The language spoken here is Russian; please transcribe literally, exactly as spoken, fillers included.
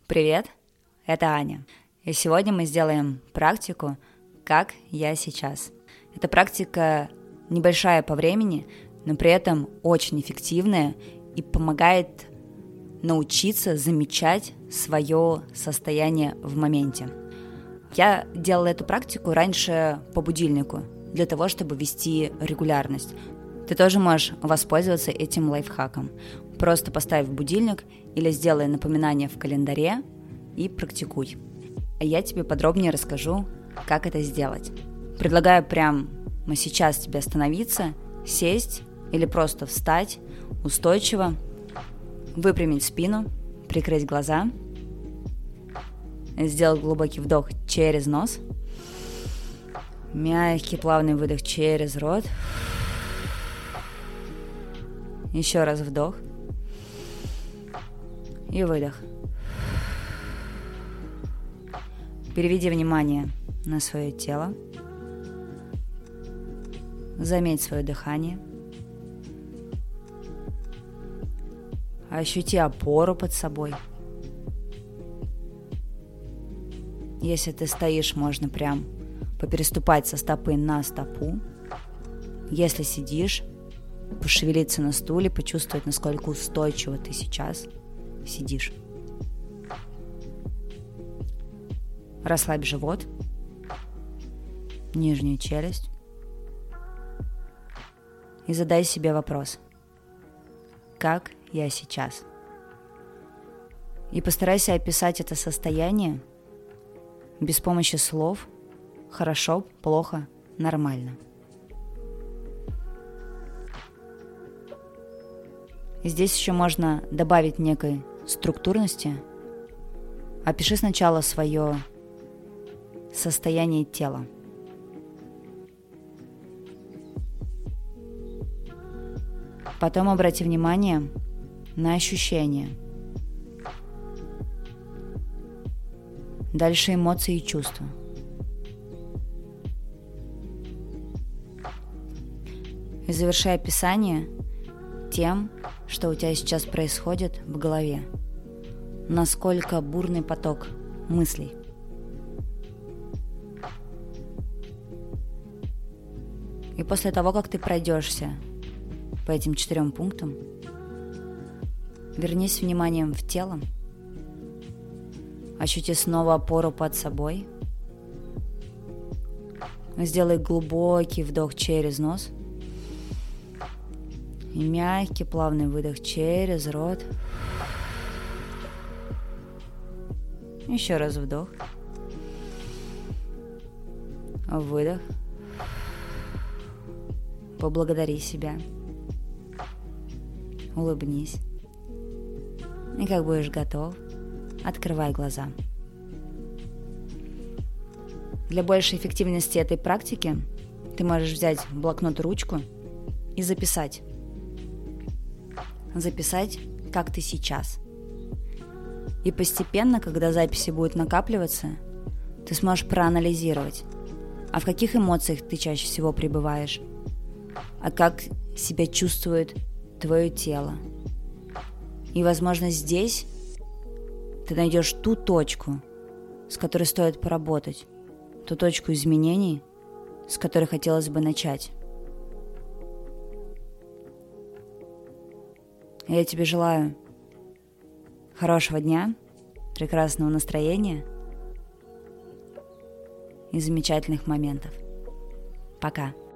Привет, это Аня. И сегодня мы сделаем практику «Как я сейчас». Эта практика небольшая по времени, но при этом очень эффективная и помогает научиться замечать свое состояние в моменте. Я делала эту практику раньше по будильнику, для того, чтобы вести регулярность. Ты тоже можешь воспользоваться этим лайфхаком. Просто поставь будильник или сделай напоминание в календаре и практикуй. А я тебе подробнее расскажу, как это сделать. Предлагаю прямо сейчас тебе остановиться, сесть или просто встать устойчиво, выпрямить спину, прикрыть глаза, сделать глубокий вдох через нос, мягкий плавный выдох через рот, еще раз вдох и выдох. Переведи внимание на свое тело, заметь свое дыхание, ощути опору под собой. Если ты стоишь, можно прям попереступать со стопы на стопу. Если сидишь, пошевелиться на стуле, почувствовать, насколько устойчиво ты сейчас сидишь. Расслабь живот, нижнюю челюсть и задай себе вопрос: как я сейчас? И постарайся описать это состояние без помощи слов «хорошо», «плохо», «нормально». И здесь еще можно добавить некой структурности. Опиши сначала свое состояние тела. Потом обрати внимание на ощущения. Дальше эмоции и чувства. И завершай описание тем, что у тебя сейчас происходит в голове. Насколько бурный поток мыслей. И после того, как ты пройдешься по этим четырем пунктам, вернись вниманием в тело, ощути снова опору под собой, сделай глубокий вдох через нос и мягкий плавный выдох через рот. Еще раз вдох, выдох. Поблагодари себя, улыбнись, и как будешь готов, открывай глаза. Для большей эффективности этой практики ты можешь взять блокнот и ручку и записать. Записать, как ты сейчас. И постепенно, когда записи будут накапливаться, ты сможешь проанализировать, а в каких эмоциях ты чаще всего пребываешь, а как себя чувствует твое тело. И, возможно, здесь ты найдешь ту точку, с которой стоит поработать, ту точку изменений, с которой хотелось бы начать. Я тебе желаю хорошего дня, прекрасного настроения и замечательных моментов. Пока.